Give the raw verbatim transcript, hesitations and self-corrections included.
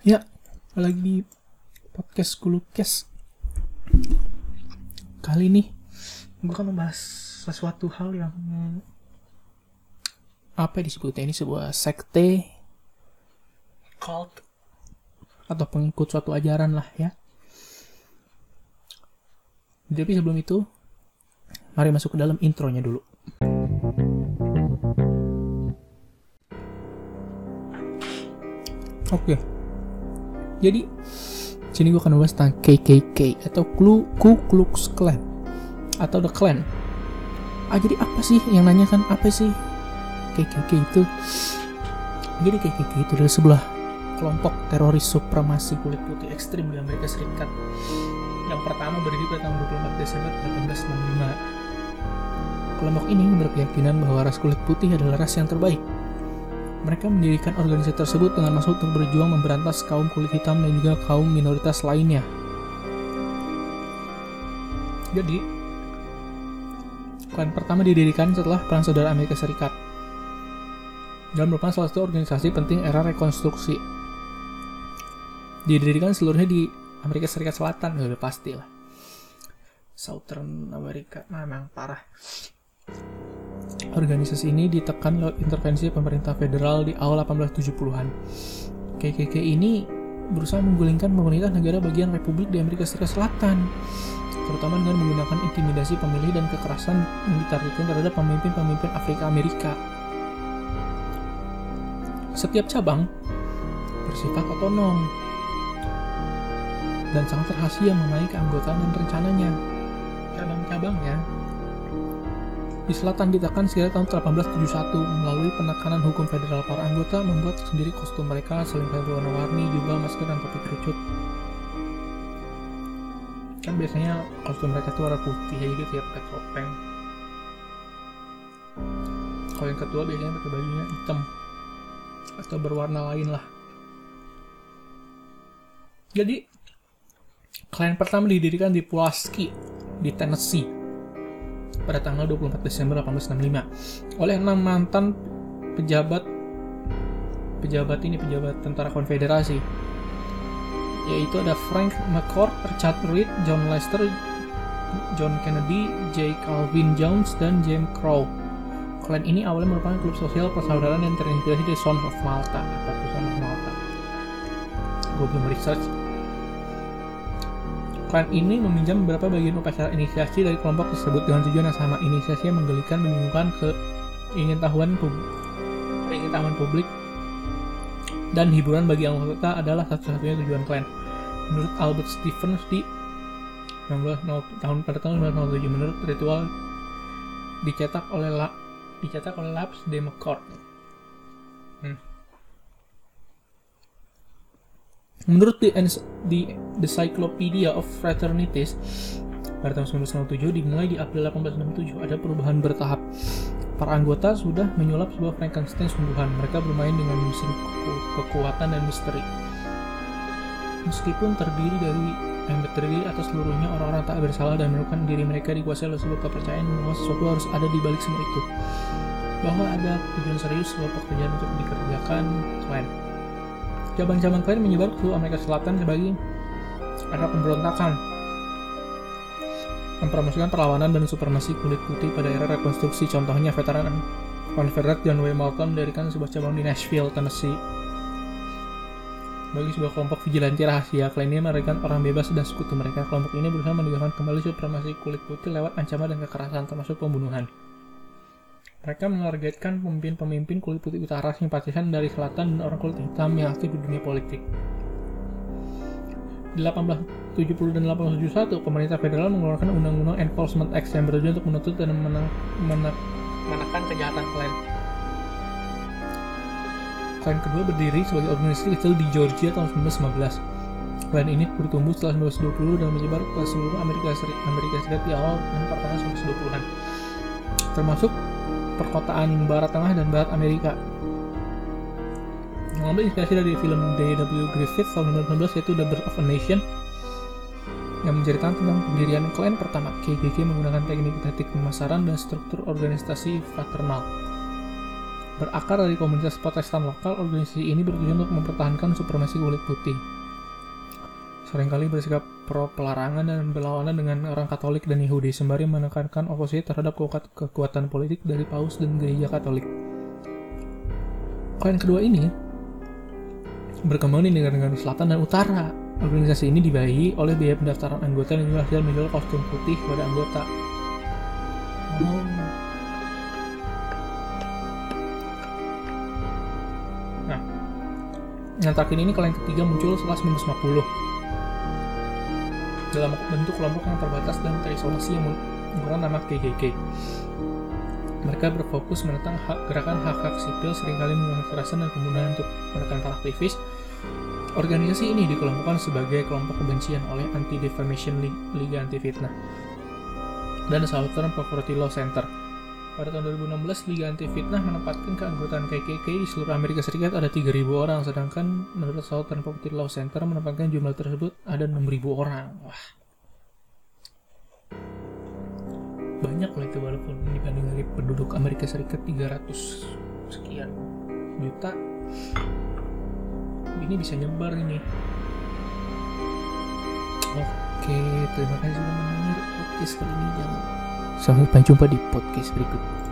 Ya, lagi di podcast Kulukes. Kali ini gue akan membahas sesuatu hal yang apa disebutnya ini sebuah sekte, cult, atau pengikut suatu ajaran lah ya. Tapi sebelum itu, mari masuk ke dalam intronya dulu. Oke. Jadi, sini gue akan membahas tentang K K K atau Ku Klux Klan atau The Klan. Ah, jadi apa sih yang nanya kan apa sih K K K itu? Jadi K K K itu adalah sebuah kelompok teroris supremasi kulit putih ekstrim di Amerika Serikat. Yang pertama berdiri pada tanggal dua puluh empat Desember seribu delapan ratus enam puluh lima. Kelompok ini berkeyakinan bahwa ras kulit putih adalah ras yang terbaik. Mereka mendirikan organisasi tersebut dengan maksud untuk berjuang memberantas kaum kulit hitam dan juga kaum minoritas lainnya. Jadi, klan pertama didirikan setelah Perang Saudara Amerika Serikat dan merupakan salah satu organisasi penting era rekonstruksi. Didirikan seluruhnya di Amerika Serikat Selatan, ya udah pasti lah. Southern Amerika, nah, memang parah. Organisasi ini ditekan lewat intervensi pemerintah federal di awal delapan belas tujuh puluhan. K K K ini berusaha menggulingkan pemerintah negara bagian Republik di Amerika Serikat Selatan, terutama dengan menggunakan intimidasi pemilih dan kekerasan yang ditargetkan terhadap pemimpin-pemimpin Afrika Amerika. Setiap cabang bersifat otonom dan sangat rahasia mengenai keanggotaan dan rencananya. Cabang-cabangnya di selatan ditekan sekitar tahun delapan belas tujuh puluh satu melalui penekanan hukum federal. Para anggota membuat sendiri kostum mereka, selimut berwarna-warni, juga masker dan topi kerucut. Kan biasanya kostum mereka tuh warna putih ya, gitu ya, pakai topeng. Kalau yang kedua biasanya pakai bajunya hitam atau berwarna lain lah. Jadi klan pertama didirikan di Pulaski di Tennessee pada tanggal dua puluh empat Desember delapan belas enam puluh lima oleh enam mantan pejabat pejabat ini pejabat tentara konfederasi, yaitu ada Frank McCourt, Richard Reed, John Lester, John Kennedy, J. Calvin Jones, dan James Crow. Klan ini awalnya merupakan klub sosial persaudaraan yang terinspirasi dari Sons of Malta. Apa itu Sons of Malta? Gue belum research. Klan ini meminjam beberapa bagian upacara inisiasi dari kelompok tersebut dengan tujuan yang sama. Inisiasi yang menggelikan, membingungkan, keingintahuan publik, keingintahuan publik dan hiburan bagi anggota adalah satu-satunya tujuan klan. Menurut Albert Stevens di tahun pada tahun sembilan belas nol tujuh, menurut ritual dicetak oleh La, dicetak oleh Labs de McCourt. Hmm. Menurut the, the, the Encyclopedia of Fraternities, pada tahun sembilan belas nol tujuh dimulai di April delapan belas enam puluh tujuh, ada perubahan bertahap. Para anggota sudah menyulap sebuah Frankenstein sungguhan. Mereka bermain dengan mesin kekuatan dan misteri. Meskipun terdiri dari yang terdiri atas seluruhnya orang-orang tak bersalah dan menemukan diri mereka dikuasai oleh sebuah kepercayaan bahwa sesuatu harus ada di balik semua itu, bahwa ada tujuan serius sebuah pekerjaan untuk dikerjakan klan. Cabang-cabang klan menyebar ke seluruh Amerika Selatan sebagai era pemberontakan, mempromosikan perlawanan dan supremasi kulit putih pada era rekonstruksi. Contohnya veteran Confederate John W. Malcolm mendirikan sebuah cabang di Nashville, Tennessee. Bagi sebuah kelompok vigilanti rahasia, klan ini menarik orang bebas dan sekutu mereka. Kelompok ini berusaha menegakkan kembali supremasi kulit putih lewat ancaman dan kekerasan, termasuk pembunuhan. Mereka menargetkan pemimpin-pemimpin kulit putih utara, simpatisan dari selatan, dan orang kulit hitam yang aktif di dunia politik. Di delapan belas tujuh puluh dan delapan belas tujuh puluh satu, pemerintah federal mengeluarkan Undang-Undang Enforcement Act yang bertujuan untuk menuntut dan menang- menang- menekan kejahatan klan. Klan kedua berdiri sebagai organisasi kecil di Georgia tahun sembilan belas lima belas. Klan ini bertumbuh setelah sembilan belas dua puluh dan menyebar ke seluruh Amerika Serikat, Amerika Serikat di awal dan pertengahan sembilan belas dua puluhan, termasuk perkotaan Barat Tengah dan Barat Amerika. Mengambil inspirasi dari film D W Griffith tahun dua ribu sembilan belas, yaitu The Birth of a Nation, yang menceritakan tentang pendirian klan pertama. K K K menggunakan teknik-teknik pemasaran dan struktur organisasi fraternal. Berakar dari komunitas Protestan lokal, organisasi ini bertujuan untuk mempertahankan supremasi kulit putih. Seringkali bersikap pro-pelarangan dan berlawanan dengan orang Katolik dan Yahudi, sembari menekankan oposisi terhadap kekuatan politik dari Paus dan Gereja Katolik. Klan kedua ini berkembang di negara-negara selatan dan utara. Organisasi ini dibiayai oleh biaya pendaftaran anggota dan juga hasil menjual kostum putih kepada anggota. Oh. Nah, yang terakhir ini klan ketiga muncul setelah seribu sembilan ratus lima puluh dalam bentuk kelompok yang terbatas dan terisolasi yang menggunakan nama K K K. Mereka berfokus menentang hak, gerakan hak-hak sipil, seringkali menggunakan kekerasan dan pembunuhan untuk menekan para aktivis. Organisasi ini dikelompokkan sebagai kelompok kebencian oleh Anti-Defamation League, Liga Anti-Fitnah, dan Southern Poverty Law Center. Pada tahun dua ribu enam belas, Liga Anti-Fitnah menempatkan keanggotaan K K K di seluruh Amerika Serikat ada tiga ribu orang, sedangkan menurut Southern Poverty Law Center menempatkan jumlah tersebut ada enam ribu orang. Wah, banyak lah itu, walaupun dibanding dari penduduk Amerika Serikat tiga ratus sekian juta, ini bisa nyebar ini. Oke, terima kasih sudah mendengar podcast kali ini. Jangan sampai jumpa di podcast berikut.